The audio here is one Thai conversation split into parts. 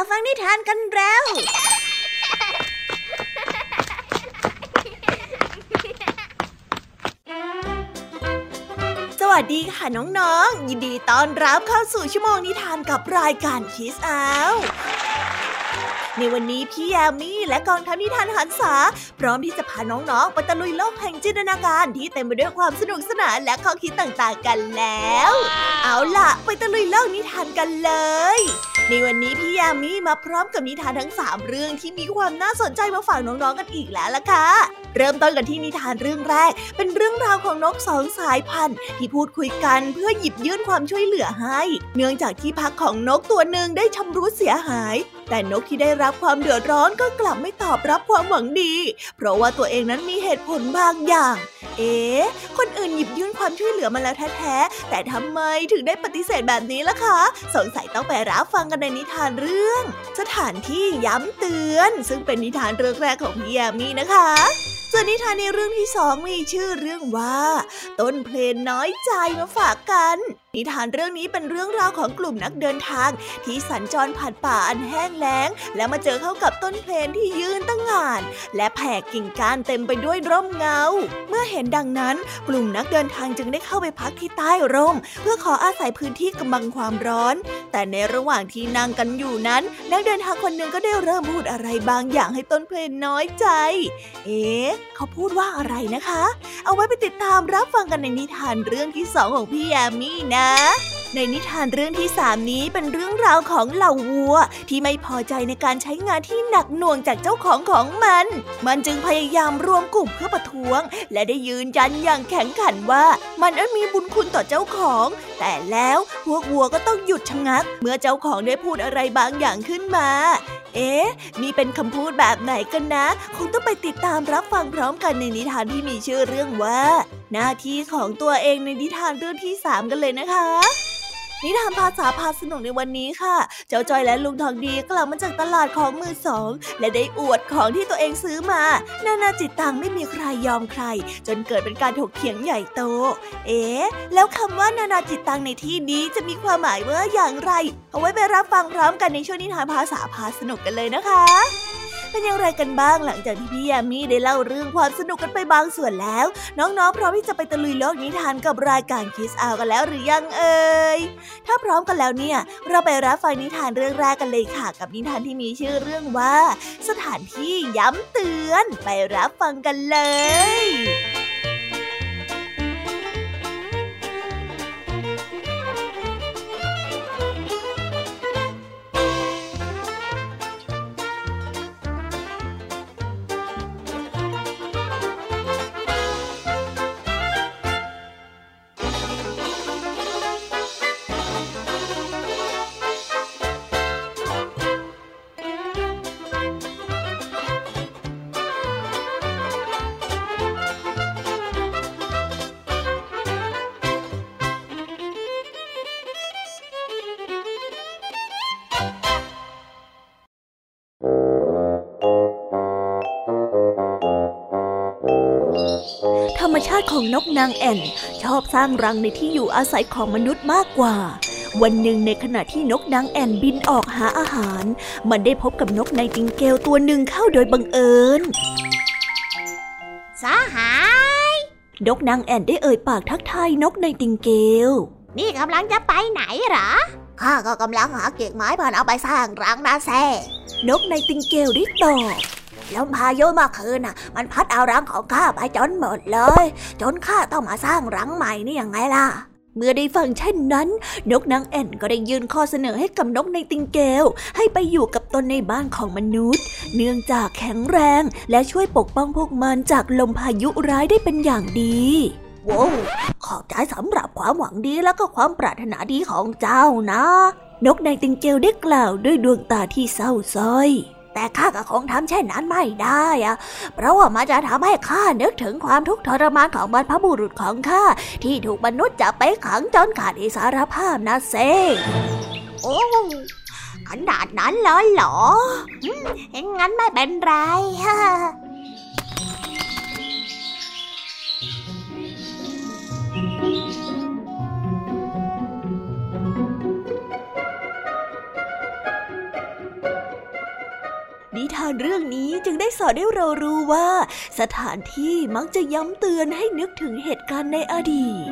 ฟังนิทานกันแล้วสวัสดีค่ะน้องๆยินดีต้อนรับเข้าสู่ชั่วโมงนิทานกับรายการคิสเอาในวันนี้พี่แยมมี่และกองทัพนิทานหันษาพร้อมที่จะพาน้องๆไปตะลุยโลกแห่งจินตนาการที่เต็มไปด้วยความสนุกสนานและข้อคิดต่างๆกันแล้วเอาล่ะไปตะลุยโลกนิทานกันเลยในวันนี้พี่แยมมี่มาพร้อมกับนิทานทั้ง3เรื่องที่มีความน่าสนใจมาฝากน้องๆกันอีกแล้วล่ะค่ะเริ่มต้นกันที่นิทานเรื่องแรกเป็นเรื่องราวของนก2 สายพันธุ์ที่พูดคุยกันเพื่อหยิบยื่นความช่วยเหลือให้เนื่องจากที่พักของนกตัวหนึ่งได้ชำรุดเสียหายแต่นกที่ได้รับความเดือดร้อนก็กลับไม่ตอบรับความหวังดีเพราะว่าตัวเองนั้นมีเหตุผลบางอย่างคนอื่นหยิบยื่นความช่วยเหลือมาแล้วแท้ๆแต่ทำไมถึงได้ปฏิเสธแบบนี้ล่ะคะสงสัยต้องไปรับฟังกันในนิทานเรื่องสถานที่ย้ำเตือนซึ่งเป็นนิทานเรื่องแรกของพี่แยมมี่นะคะส่วนนิทานในเรื่องที่2มีชื่อเรื่องว่าต้นเพลนน้อยใจมาฝากกันนิทานเรื่องนี้เป็นเรื่องราวของกลุ่มนักเดินทางที่สัญจรผ่านป่าอันแห้งแล้งและมาเจอเข้ากับต้นเพลนที่ยืนตั้งงานและแผ่กิ่งก้านเต็มไปด้วยร่มเงาเมื่อเห็นดังนั้นกลุ่มนักเดินทางจึงได้เข้าไปพักที่ใต้ร่มเพื่อขออาศัยพื้นที่กำบังความร้อนแต่ในระหว่างที่นั่งกันอยู่นั้นนักเดินทางคนหนึ่งก็ได้เริ่มพูดอะไรบางอย่างให้ต้นเพลนน้อยใจเขาพูดว่าอะไรนะคะเอาไว้ไปติดตามรับฟังกันในนิทานเรื่องที่2ของพี่แยมมี่นะในนิทานเรื่องที่3นี้เป็นเรื่องราวของเหล่าวัวที่ไม่พอใจในการใช้งานที่หนักหน่วงจากเจ้าของมันจึงพยายามรวมกลุ่มเพื่อประท้วงและได้ยืนยันอย่างแข็งขันว่ามันมีบุญคุณต่อเจ้าของแต่แล้วพวกวัวก็ต้องหยุดชะงักเมื่อเจ้าของได้พูดอะไรบางอย่างขึ้นมานี่เป็นคำพูดแบบไหนกันนะคงต้องไปติดตามรับฟังพร้อมกันในนิทานที่มีชื่อเรื่องว่าหน้าที่ของตัวเองในนิทานเรื่องที่3กันเลยนะคะนิทานภาษาพาสนุกในวันนี้ค่ะเจ้าจอยและลุงทองดีกลับมาจากตลาดของมือสองและได้อวดของที่ตัวเองซื้อมานานาจิตตังไม่มีใครยอมใครจนเกิดเป็นการถกเถียงใหญ่โตแล้วคำว่านานาจิตตังในที่นี้จะมีความหมายว่าอย่างไรเอาไว้ไปรับฟังพร้อมกันในช่วงนิทานภาษาพาสนุกกันเลยนะคะเป็นอย่างไรกันบ้างหลังจากที่พี่แยมมี่ได้เล่าเรื่องความสนุกกันไปบางส่วนแล้วน้องๆพร้อมที่จะไปตะลุยโลกนิทานกับรายการคิสเอากันแล้วหรือยังถ้าพร้อมกันแล้วเนี่ยเราไปรับฟังนิทานเรื่องแรกกันเลยค่ะกับนิทานที่มีชื่อเรื่องว่าสถานที่ย้ำเตือนไปรับฟังกันเลยธรรมชาติของนกนางแอ่นชอบสร้างรังในที่อยู่อาศัยของมนุษย์มากกว่าวันหนึ่งในขณะที่นกนางแอ่นบินออกหาอาหารมันได้พบกับนกไนติงเกลตัวหนึ่งเข้าโดยบังเอิญสหายนกนางแอ่นได้เอ่ยปากทักทายนกไนติงเกลนี่กำลังจะไปไหนเหรอข้าก็กำลังหากิ่งไม้เพื่อเอาไปสร้างรังนะแซ่นกไนติงเกลได้ตอบลมพายุเมื่อคืนน่ะมันพัดเอารังของข้าไปจนหมดเลยจนข้าต้องมาสร้างรังใหม่นี่ยังไงล่ะเมื่อได้ฟังเช่นนั้นนกนางแอ่นก็ได้ยื่นข้อเสนอให้กับนกไนติงเกลให้ไปอยู่กับตนในบ้านของมนุษย์เนื่องจากแข็งแรงและช่วยปกป้องพวกมันจากลมพายุร้ายได้เป็นอย่างดีว้าวขอบใจสำหรับความหวังดีและก็ความปรารถนาดีของเจ้านะนกไนติงเกลได้กล่าวด้วยดวงตาที่เศร้าส้อยแต่ข้าก็คงทำเช่นนั้นไม่ได้เพราะว่ามันจะทำให้ข้านึกถึงความทุกข์ทรมานของบรรพบุรุษของข้าที่ถูกมนุษย์จับไปขังจนขาดอิสรภาพนะเซ่โอ้ขนาดนั้นเลยเหรองั้นไม่เป็นไรนิทานเรื่องนี้จึงได้สอนให้เรารู้ว่าสถานที่มักจะย้ำเตือนให้นึกถึงเหตุการณ์ในอดีต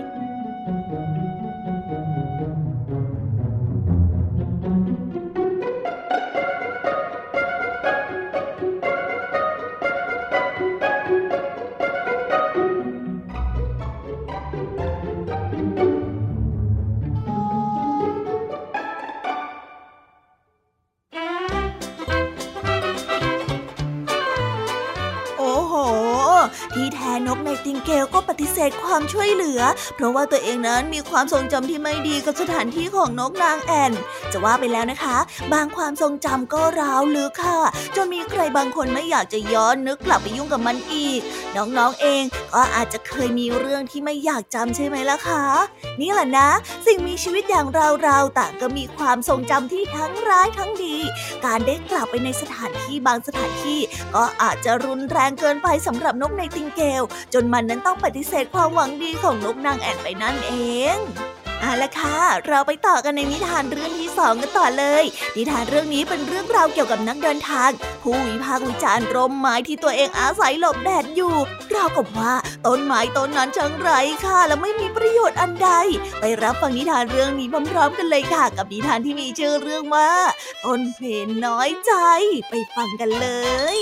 ที่แท้นกไนติงเกลก็ปฏิเสธความช่วยเหลือเพราะว่าตัวเองนั้นมีความทรงจำที่ไม่ดีกับสถานที่ของนกนางแอ่นจะว่าไปแล้วนะคะบางความทรงจำก็ร้าวลึกค่ะจนมีใครบางคนไม่อยากจะย้อนนึกกลับไปยุ่งกับมันอีกน้องๆเองก็อาจจะเคยมีเรื่องที่ไม่อยากจำใช่ไหมล่ะคะนี่แหละนะสิ่งมีชีวิตอย่างเราต่างก็มีความทรงจำที่ทั้งร้ายทั้งดีการได้กลับไปในสถานที่บางสถานที่ก็อาจจะรุนแรงเกินไปสำหรับนกไนติงเกลจนมันนั้นต้องปฏิเสธความหวังดีของนกนางแอ่นไปนั่นเองเอาละค่ะเราไปต่อกันในนิทานเรื่องที่2กันต่อเลยนิทานเรื่องนี้เป็นเรื่องราวเกี่ยวกับนักเดินทางผู้วิพากษ์วิจารณ์ร่มไม้ที่ตัวเองอาศัยหลบแดดอยู่ราวกับว่าต้นไม้ต้นนั้นช่างไร้ค่าและไม่มีประโยชน์อันใดไปรับฟังนิทานเรื่องนี้พร้อมๆกันเลยค่ะกับนิทานที่มีชื่อเรื่องว่าต้นเพลนน้อยใจไปฟังกันเลย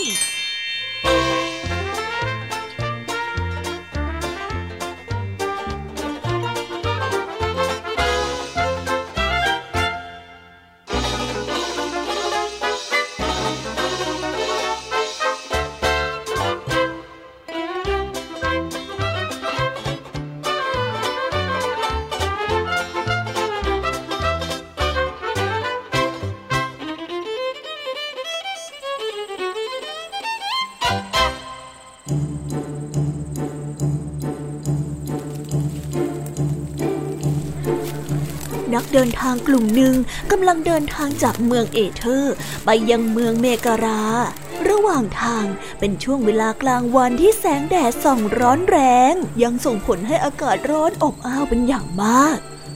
นักเดินทางกลุ่มหนึ่งกำลังเดินทางจากเมืองเอเธอร์ไปยังเมืองเมการาระหว่างทางเป็นช่วงเวลากลางวันที่แสงแดดส่องร้อนแรงยังส่งผลให้อากาศร้อนอบอ้าวเป็นอย่างมาก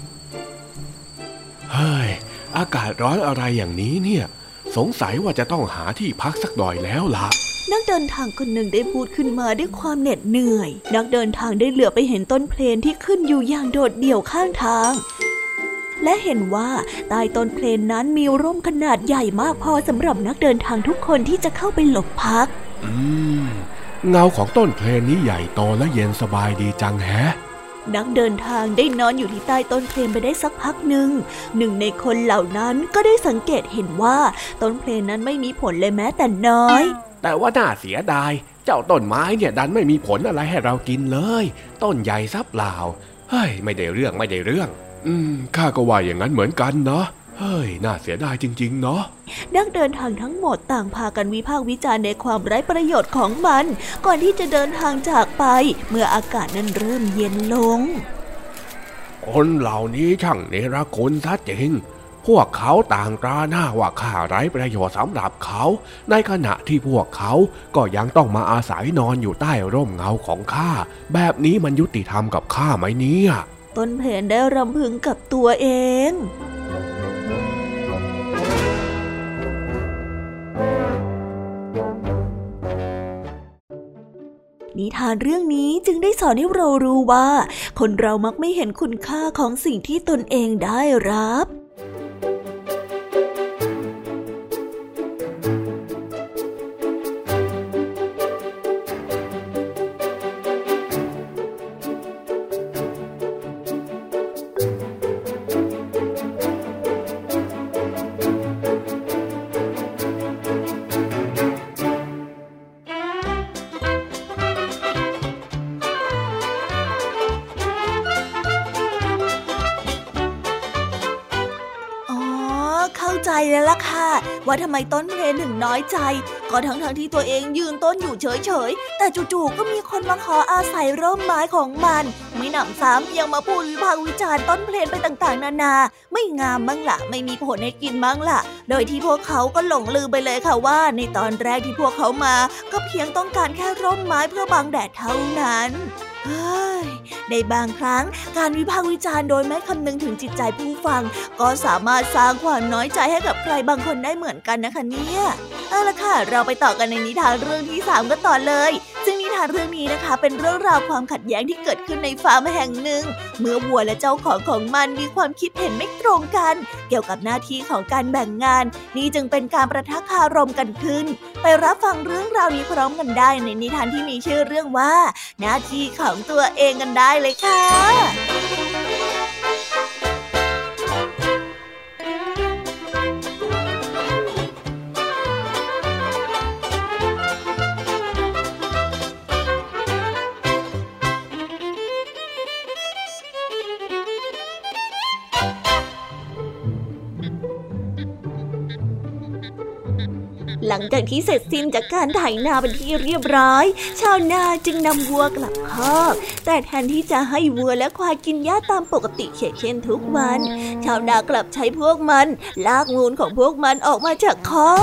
เฮ้ยอากาศร้อนอะไรอย่างนี้เนี่ยสงสัยว่าจะต้องหาที่พักสักหน่อยแล้วล่ะนักเดินทางคนหนึ่งได้พูดขึ้นมาด้วยความเหน็ดเหนื่อยนักเดินทางได้เหลือบไปเห็นต้นเพลนที่ขึ้นอยู่อย่างโดดเดี่ยวข้างทางและเห็นว่าใต้ต้นเพลนนั้นมีร่มขนาดใหญ่มากพอสำหรับนักเดินทางทุกคนที่จะเข้าไปหลบพักเงาของต้นเพลนนี้ใหญ่โตและเย็นสบายดีจังแฮะนักเดินทางได้นอนอยู่ที่ใต้ต้นเพลนไปได้สักพักหนึ่งในคนเหล่านั้นก็ได้สังเกตเห็นว่าต้นเพลนนั้นไม่มีผลเลยแม้แต่น้อยแต่ว่าน่าเสียดายเจ้าต้นไม้เนี่ยดันไม่มีผลอะไรให้เรากินเลยต้นใหญ่ซะเปล่าเฮ้ยไม่ได้เรื่องข้าก็ว่าอย่างนั้นเหมือนกันเนาะเฮ้ยน่าเสียดายจริงๆเนาะนักเดินทางทั้งหมดต่างพากันวิพากษ์วิจารณ์ในความไร้ประโยชน์ของมันก่อนที่จะเดินทางจากไปเมื่ออากาศนั้นเริ่มเย็นลงคนเหล่านี้ช่างเนรคุณซะจริงพวกเขาต่างตราหน้าว่าข้าไร้ประโยชน์สำหรับเขาในขณะที่พวกเขาก็ยังต้องมาอาศัยนอนอยู่ใต้ร่มเงาของข้าแบบนี้มันยุติธรรมกับข้าไหมเนี่ยต้นเพลนได้รำพึงกับตัวเองนิทานเรื่องนี้จึงได้สอนให้เรารู้ว่าคนเรามักไม่เห็นคุณค่าของสิ่งที่ตนเองได้รับ ใจแล้วล่ะค่ะว่าทำไมต้นเพลนถึงน้อยใจก็ทั้งที่ตัวเองยืนต้นอยู่เฉยๆแต่จู่ๆก็มีคนมาขออาศัยร่มไม้ของมันไม่หนำซ้ำยังมาพูดวิพากษ์วิจารณ์ต้นเพลนไปต่างๆนานาไม่งามบ้างล่ะไม่มีผลให้กินบ้างล่ะโดยที่พวกเขาก็หลงลืมไปเลยค่ะว่าในตอนแรกที่พวกเขามาก็เพียงต้องการแค่ร่มไม้เพื่อบังแดดเท่านั้นเฮ้ยในบางครั้งการวิพากษ์วิจารณ์โดยไม่คำนึงถึงจิตใจผู้ฟังก็สามารถสร้างความน้อยใจให้กับใครบางคนได้เหมือนกันนะคะเนี่ยเอาล่ะค่ะเราไปต่อกันในนิทานเรื่องที่3กันต่อเลยซึ่งนิทานเรื่องนี้นะคะเป็นเรื่องราวความขัดแย้งที่เกิดขึ้นในฟาร์มแห่งหนึ่งเมื่อวัวและเจ้าของมันมีความคิดเห็นไม่ตรงกันเกี่ยวกับหน้าที่ของการแบ่งงานนี่จึงเป็นการประทะคารมกันขึ้นไปรับฟังเรื่องราวนี้พร้อมกันได้ในนิทานที่มีชื่อเรื่องว่าหน้าที่ของตัวเองกันได้เลยค่ะหลังจากที่เสร็จสิ้นจากการไถนาเป็นที่เรียบร้อยชาวนาจึงนำวัวกลับคอกแต่แทนที่จะให้วัวและควายกินหญ้าตามปกติเช่นทุกวันชาวนากลับใช้พวกมันลากมูลของพวกมันออกมาจากคอก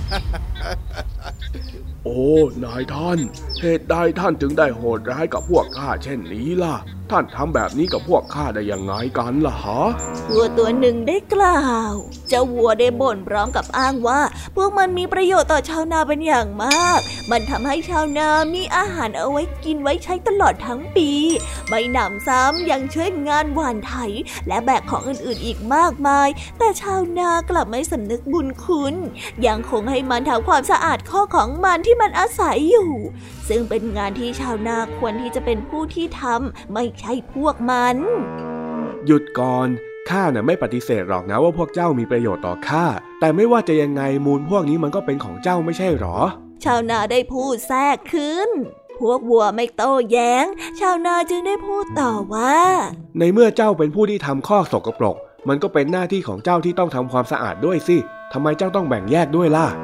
โอ้นายท่านเหตุใดท่านถึงได้โหดร้ายกับพวกข้าเช่นนี้ล่ะท่านทำแบบนี้กับพวกข้าได้ยังไงกันล่ะฮะวัวตัวหนึ่งได้กล่าวเจ้าวัวได้บ่นพร้อมกับอ้างว่าพวกมันมีประโยชน์ต่อชาวนาเป็นอย่างมากมันทำให้ชาวนามีอาหารเอาไว้กินไว้ใช้ตลอดทั้งปีไม่หนำซ้ำยังช่วยงานหว่านไถและแบกของอื่นๆอีกมากมายแต่ชาวนากลับไม่สำนึกบุญคุณยังคงให้มันทำความสะอาดคอกของมันที่มันอาศัยอยู่ซึ่งเป็นงานที่ชาวนาควรที่จะเป็นผู้ที่ทำไม่ใช่พวกมันหยุดก่อนข้าน่ะไม่ปฏิเสธหรอกนะว่าพวกเจ้ามีประโยชน์ต่อข้าแต่ไม่ว่าจะยังไงมูลพวกนี้มันก็เป็นของเจ้าไม่ใช่หรอชาวนาได้พูดแทรกขึ้นพวกวัวไม่โต้แย้งชาวนาจึงได้พูดต่อว่าในเมื่อเจ้าเป็นผู้ที่ทำคอกสกปรกมันก็เป็นหน้าที่ของเจ้าที่ต้องทำความสะอาดด้วยสิทำไมเจ้าต้องแบ่งแยกด้วยล่ะ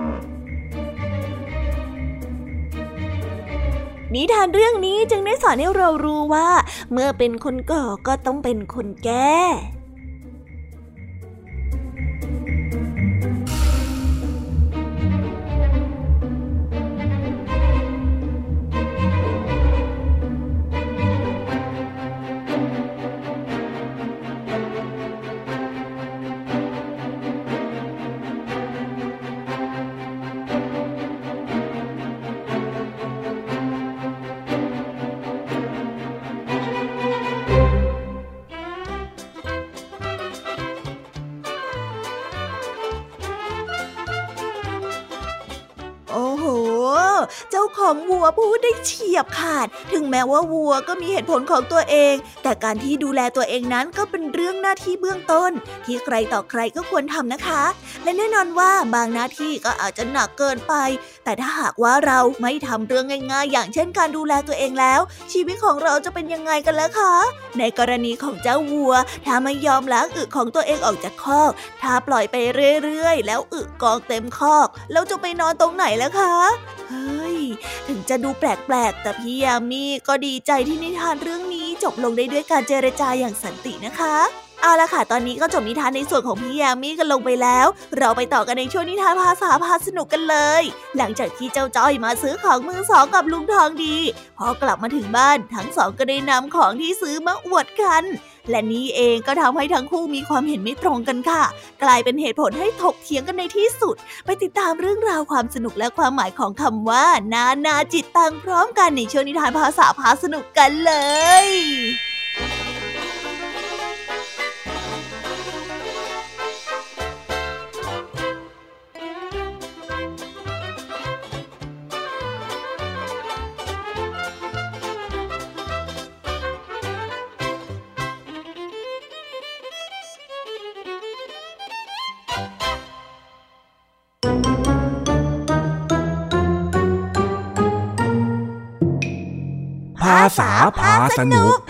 นิทานเรื่องนี้จึงได้สอนให้เรารู้ว่าเมื่อเป็นคนก่อก็ต้องเป็นคนแก้เจ้าของวัวพูดได้เฉียบขาดถึงแม้ว่าวัวก็มีเหตุผลของตัวเองแต่การที่ดูแลตัวเองนั้นก็เป็นเรื่องหน้าที่เบื้องต้นที่ใครต่อใครก็ควรทำนะคะและแน่นอนว่าบางหน้าที่ก็อาจจะหนักเกินไปแต่ถ้าหากว่าเราไม่ทำเรื่องง่ายๆอย่างเช่นการดูแลตัวเองแล้วชีวิตของเราจะเป็นยังไงกันล่ะคะในกรณีของเจ้าวัวถ้าไม่ยอมล้างอึของตัวเองออกจากคอกถ้าปล่อยไปเรื่อยๆแล้วอึกองเต็มคอกแล้วจะไปนอนตรงไหนล่ะคะเฮ้ยถึงจะดูแปลกๆแต่พี่ยามีก็ดีใจที่นิทานเรื่องนี้จบลงได้ด้วยการเจรจาอย่างสันตินะคะเอาล่ะค่ะตอนนี้ก็จบนิทานในส่วนของพี่ยามีกันลงไปแล้วเราไปต่อกันในช่วงนิทานภาษาพาสนุกกันเลยหลังจากที่เจ้าจ้อยมาซื้อของมือสองกับลุงทองดีพอกลับมาถึงบ้านทั้งสองก็ได้นำของที่ซื้อมาอวดกันและนี่เองก็ทำให้ทั้งคู่มีความเห็นไม่ตรงกันค่ะกลายเป็นเหตุผลให้ถกเถียงกันในที่สุดไปติดตามเรื่องราวความสนุกและความหมายของคำว่านานาจิตตังพร้อมกันในช่วงนิทานภาษาพาสนุกกันเลยภาษาพาสนุก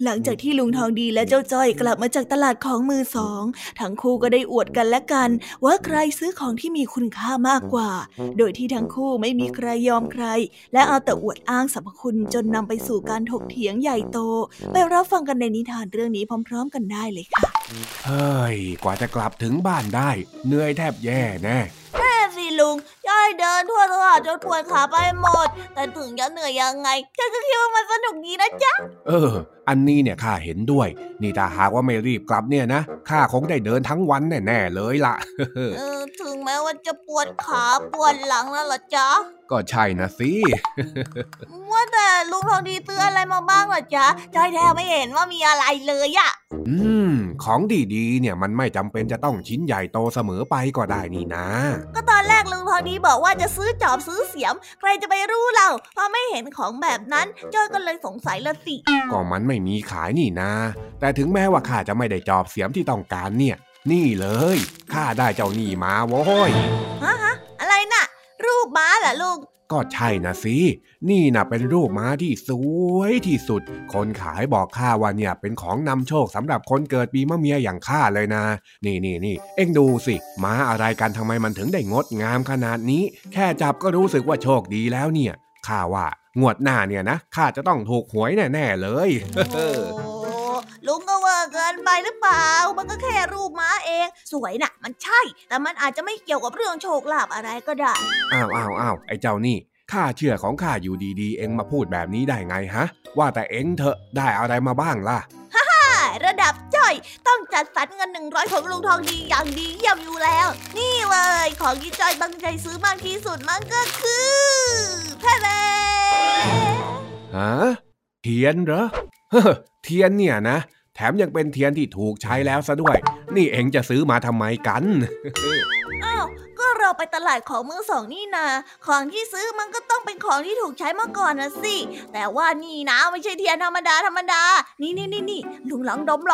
หลังจากที่ลุงทองดีและเจ้าจ้อยกลับมาจากตลาดของมือสองทั้งคู่ก็ได้อวดกันและกันว่าใครซื้อของที่มีคุณค่ามากกว่าโดยที่ทั้งคู่ไม่มีใครยอมใครและเอาแต่อวดอ้างสรรพคุณจนนำไปสู่การถกเถียงใหญ่โตไปรับฟังกันในนิทานเรื่องนี้พร้อมๆกันได้เลยค่ะเฮ้ยกว่าจะกลับถึงบ้านได้เหนื่อยแทบแย่แน่สิลุงยายเดินทั่วตลาดจนปวดขาไปหมดแต่ถึงจะเหนื่อยยังไงฉันก็คิดว่ามันสนุกดีนะจ๊ะอันนี้เนี่ยข้าเห็นด้วยนี่ถ้าหากว่าไม่รีบกลับเนี่ยนะข้าคงได้เดินทั้งวันแน่ๆเลยล่ะถึงแม้ว่าจะปวดขาปวดหลังแล้วล่ะจ๊ะก็ใช่นะสิว่าแต่ลุงทองดีซื้ออะไรมาบ้างล่ะจ๊ะจอยแทบไม่เห็นว่ามีอะไรเลยอะของดีๆเนี่ยมันไม่จำเป็นจะต้องชิ้นใหญ่โตเสมอไปก็ได้นี่นะก็ตอนแรกลุงทองดีบอกว่าจะซื้อจอบซื้อเสียมใครจะไปรู้เราพอไม่เห็นของแบบนั้นจอยก็เลยสงสัยละสิก็มันไม่มีขายนี่นะแต่ถึงแม้ว่าข้าจะไม่ได้จอบเสียมที่ต้องการเนี่ยนี่เลยข้าได้เจ้านี่มาโว้ยฮะอะไรน่ะรูปม้าเหรอลุงก็ใช่นะสินี่นะเป็นรูปม้าที่สวยที่สุดคนขายบอกข้าว่าเนี่ยเป็นของนำโชคสำหรับคนเกิดปีมะเมียอย่างข้าเลยนะนี่เอ็งดูสิม้าอะไรกันทำไมมันถึงได้งดงามขนาดนี้แค่จับก็รู้สึกว่าโชคดีแล้วเนี่ยข้าว่างวดหน้าเนี่ยนะข้าจะต้องถูกหวยแน่ๆเลยลุงก็เวอร์เกินไปหรือเปล่ามันก็แค่รูปม้าเองสวยน่ะมันใช่แต่มันอาจจะไม่เกี่ยวกับเรื่องโชคลาภอะไรก็ได้อ้าวไอ้เจ้านี่ข้าเชื่อของข้าอยู่ดีๆเอ็งมาพูดแบบนี้ได้ไงฮะว่าแต่เอ็งเถอะได้อะไรมาบ้างล่ะระดับจ้อยต้องจัดสรรเงิน100ของลุงทองดีอย่างดีเยี่ยมอยู่แล้วนี่เลยของที่จ้อยตั้งใจซื้อมากที่สุดมันก็คือแพ่ฮะเทียนเหรอเทียนเนี่ยนะแถมยังเป็นเทียนที่ถูกใช้แล้วซะด้วยนี่เอ็งจะซื้อมาทำไมกันอ้าวก็เราไปตลาดของมือสองนี่นาของที่ซื้อมันก็ต้องเป็นของที่ถูกใช้มาก่อนนะสิแต่ว่านี่นะไม่ใช่เทียนธรรมดานี่ลุงลองดม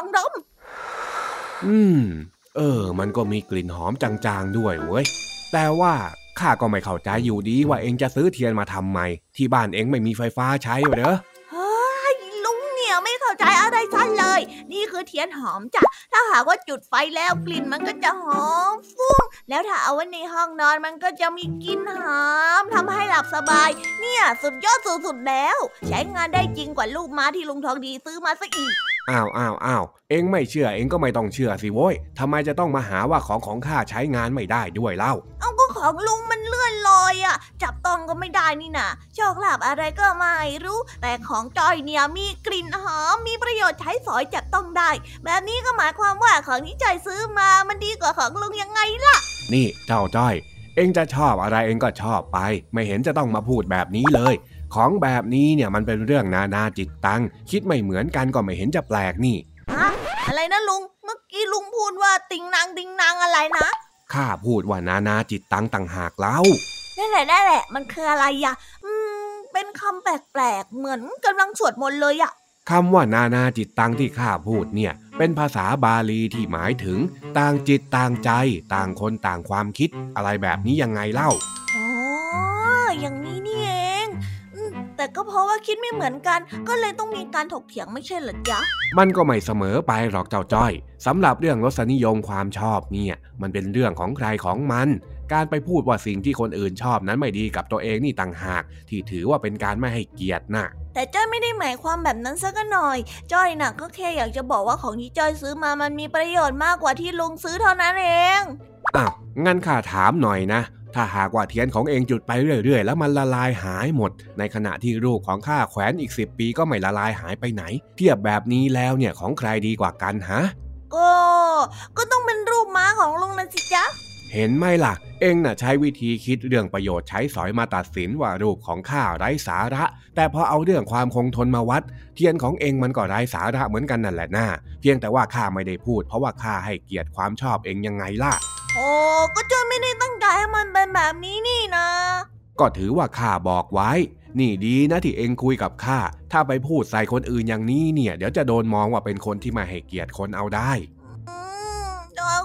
มันก็มีกลิ่นหอมจางๆด้วยเว้ยแต่ว่าข้าก็ไม่เข้าใจอยู่ดีว่าเอ็งจะซื้อเทียนมาทำไมที่บ้านเอ็งไม่มีไฟฟ้าใช้เหรอไม่เข้าใจอะไรซะเลยนี่คือเทียนหอมจ้ะถ้าหากว่าจุดไฟแล้วกลิ่นมันก็จะหอมฟุ้งแล้วถ้าเอาไว้ในห้องนอนมันก็จะมีกลิ่นหอมทำให้หลับสบายเนี่ยสุดยอดสุดๆแล้วใช้งานได้จริงกว่าลูกม้าที่ลุงทองดีซื้อมาซะอีกอ้าวเอ็งไม่เชื่อเอ็งก็ไม่ต้องเชื่อสิโว้ยทำไมจะต้องมาหาว่าของข้าใช้งานไม่ได้ด้วยเล่าเอาก็ของลุงมันเลื่อนลอยอ่ะจับต้องก็ไม่ได้นี่นะโชคลาภอะไรก็ไม่รู้แต่ของจอยเนี่ยมีกลิ่นหอมมีประโยชน์ใช้สอยจับต้องได้แบบนี้ก็หมายความว่าของที่จอยซื้อมามันดีกว่าของลุงยังไงล่ะนี่เจ้าจ้อยเอ็งจะชอบอะไรเอ็งก็ชอบไปไม่เห็นจะต้องมาพูดแบบนี้เลยของแบบนี้เนี่ยมันเป็นเรื่องนานาจิตตังคิดไม่เหมือนกันก็ไม่เห็นจะแปลกนี่อะไรนะลุงเมื่อกี้ลุงพูดว่าติงนางอะไรนะข้าพูดว่านานาจิตตังต่างหากเล่านั่นแหละมันคืออะไรอ่ะเป็นคำแปลกๆเหมือนกำลังสวดมนต์เลยอ่ะคำว่านานาจิตตังที่ข้าพูดเนี่ยเป็นภาษาบาลีที่หมายถึงต่างจิตต่างใจต่างคนต่างความคิดอะไรแบบนี้ยังไงเล่าอ๋ออย่างนี้นี่เองแต่ก็เพราะว่าคิดไม่เหมือนกันก็เลยต้องมีการถกเถียงไม่ใช่เหรอจ๊ะมันก็ไม่เสมอไปหรอกเจ้าจ้อยสำหรับเรื่องรสนิยมความชอบเนี่ยมันเป็นเรื่องของใครของมันการไปพูดว่าสิ่งที่คนอื่นชอบนั้นไม่ดีกับตัวเองนี่ต่างหากที่ถือว่าเป็นการไม่ให้เกียรตินะแต่จ้อยไม่ได้หมายความแบบนั้นสักหน่อยจ้อยน่ะก็แค่อยากจะบอกว่าของที่จ้อยซื้อมามันมีประโยชน์มากกว่าที่ลุงซื้อเท่านั้นเองงั้นข้าถามหน่อยนะถ้าหากว่าเทียนของเองจุดไปเรื่อยๆแล้วมันละลายหายหมดในขณะที่รูปของข้าแขวนอีก10 ปีก็ไม่ละลายหายไปไหนเทียบแบบนี้แล้วเนี่ยของใครดีกว่ากันฮะก็ต้องเป็นรูปม้าของลุงนะสิจ๊ะเห็นไหมล่ะเองน่ะใช้วิธีคิดเรื่องประโยชน์ใช้สอยมาตัดสินว่ารูปของข้าไร้สาระแต่พอเอาเรื่องความคงทนมาวัดเทียนของเองมันก็ไร้สาระเหมือนกันนั่นแหละนะเพียงแต่ว่าข้าไม่ได้พูดเพราะว่าข้าให้เกียรติความชอบเองยังไงล่ะก็จ้อยไม่ได้ตั้งใจให้มันเป็นแบบนี้นี่นะก็ถือว่าข้าบอกไว้นี่ดีนะที่เองคุยกับข้าถ้าไปพูดใส่คนอื่นอย่างนี้เนี่ยเดี๋ยวจะโดนมองว่าเป็นคนที่ไม่ให้เกียรติคนเอาได้ขอ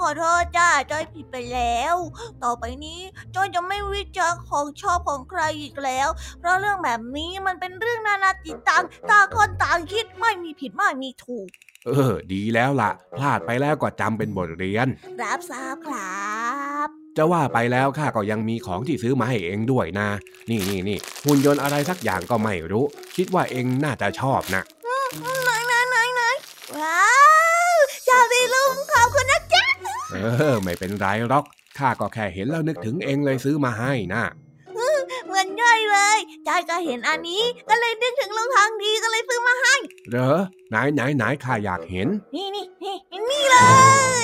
อโทษจ้าจ้อยผิดไปแล้วต่อไปนี้จ้อยจะไม่วิจารณ์ของชอบของใครอีกแล้วเพราะเรื่องแบบนี้มันเป็นเรื่องนานาจิตตังต่างคนต่างคิดไม่มีผิดไม่มีถูกดีแล้วล่ะพลาดไปแล้วก็จำเป็นบทเรียนรับทราบครับจะว่าไปแล้วข้าก็ยังมีของที่ซื้อมาให้เองด้วยนะนี่หุ่นยนต์อะไรสักอย่างก็ไม่รู้คิดว่าเองน่าจะชอบนะไหนว้าวชอบสิลุงขอบคุณนะจ๊ะไม่เป็นไรหรอกข้าก็แค่เห็นแล้วนึกถึงเองเลยซื้อมาให้นะเหมือนย่อยเลยจ้อยก็เห็นอันนี้ก็เลยนึกถึงลุงทองดีก็เลยซื้อมาให้เหรอไหนข้าอยากเห็นนี่เลย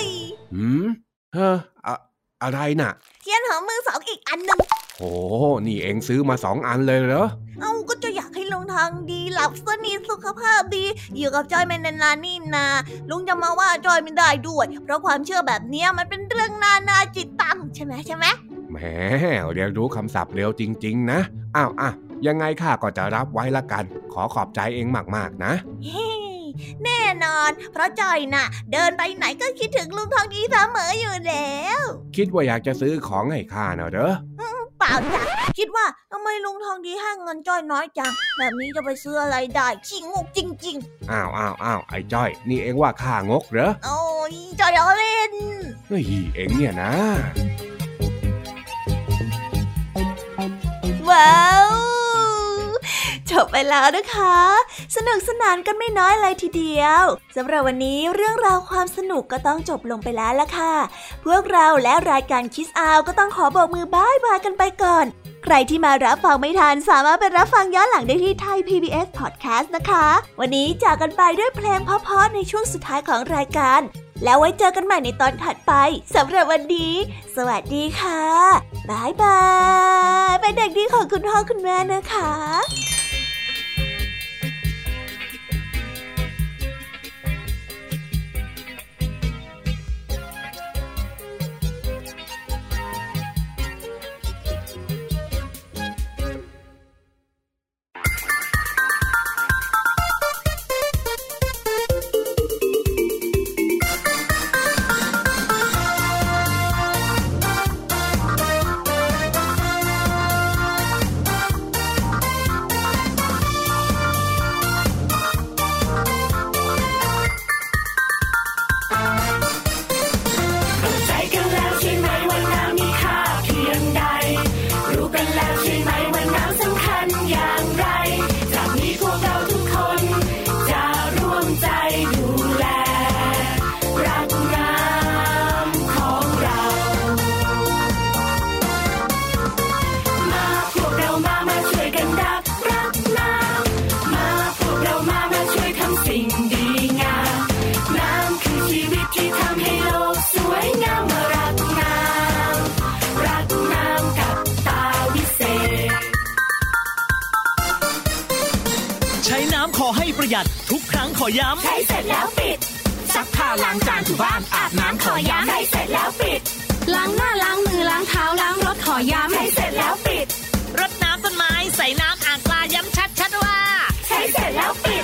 อะไรน่ะเทียนหอมมือสองอีกอันนึงโอ้นี่เองซื้อมา2 อันเลยเหรอก็จะอยากให้ลุงทองดีหลับสนิทสุขภาพดีอยู่กับจ้อยไม่นานๆนี่นาลุงจะมาว่าจ้อยไม่ได้ด้วยเพราะความเชื่อแบบนี้มันเป็นเรื่องนานาจิตตังใช่ไหมแหมเรียนรู้คำศัพท์เร็วจริงๆนะยังไงข้าก็จะรับไว้ละกันขอขอบใจเองมากๆนะแน่นอนเพราะจ้อยน่ะเดินไปไหนก็คิดถึงลุงทองดีเสมออยู่แล้วคิดว่าอยากจะซื้อของให้ข้าเหรอเปล่าจ้ะคิดว่าทำไมลุงทองดีให้เงินจ้อยน้อยจังแบบนี้จะไปซื้ออะไรได้ขี้งกจริงๆอ้าวไอ้จ้อยนี่เองว่าข้างกเหรอโอ้ยจ้อยล้อเล่นเองเนี่ยนะว้าวจบไปแล้วนะคะสนุกสนานกันไม่น้อยเลยทีเดียวสำหรับวันนี้เรื่องราวความสนุกก็ต้องจบลงไปแล้วล่ะค่ะพวกเราและรายการ Kids Out ก็ต้องขอบอกมือบ๊ายบายกันไปก่อนใครที่มารับฟังไม่ทันสามารถไปรับฟังย้อนหลังได้ที่ Thai PBS Podcast นะคะวันนี้จากกันไปด้วยเพลงเพราะๆในช่วงสุดท้ายของรายการแล้วไว้เจอกันใหม่ในตอนถัดไปสำหรับวันนี้สวัสดีค่ะบ๊ายบายเป็นเด็กดีของคุณพ่อคุณแม่นะคะทุกครั้งขอย้ำใช้เสร็จแล้วปิดซักผ้าล้างจานถูบ้านอาบน้ำขอย้ำใช้เสร็จแล้วปิดล้างหน้าล้างมือล้างเท้าล้างรถขอย้ำใช้เสร็จแล้วปิดรดน้ำต้นไม้ใส่น้ำอ่างปลาย้ำชัดว่าใช้เสร็จแล้วปิด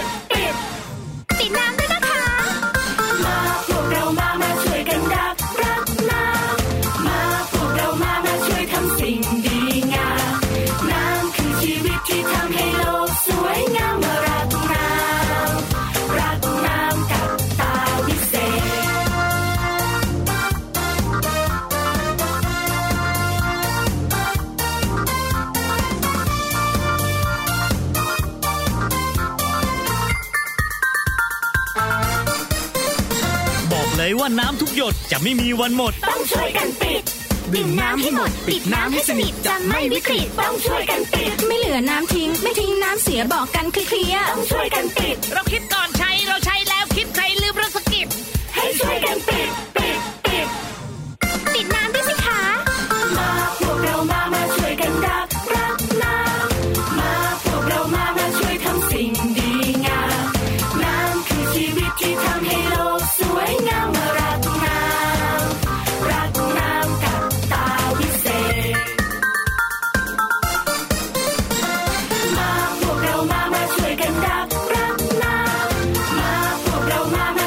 น้ำด้วยนะคะมาพวกเรามาช่วยกันรักน้ำมาพวกเรามาช่วยทำสิ่งดีงามน้ำคือชีวิตที่ทำให้โลกสวยงามว่าน้ำทุกหยดจะไม่มีวันหมดต้องช่วยกันปิดดื่มน้ำให้หมดปิดน้ำให้สนิทจะไม่วิกฤตต้องช่วยกันปิดไม่เหลือน้ำทิ้งไม่ทิ้งน้ำเสียบอกกันเคลียร์ต้องช่วยกันปิดเราคิดก่อนใช้เราใช้แล้วคิดใครลืมเราสกิปให้ช่วยกันปิดน้ำด้วยสิคะมาพวกเรามาช่วยกันรักน้ำมาพวกเรามาช่วยทำสิ่งดีงามน้ำคือชีวิตที่ทำให้โลกสวยงามรักน้ำกับตาวิเศษมาพวกเรามาช่วยกันรักน้ำมาพวกเรามา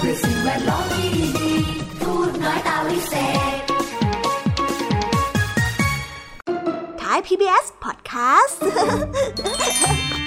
เพื่อสิ่งแวดล้อมที่ดีพูดน้อยตาวิเศษ Thai PBS Podcast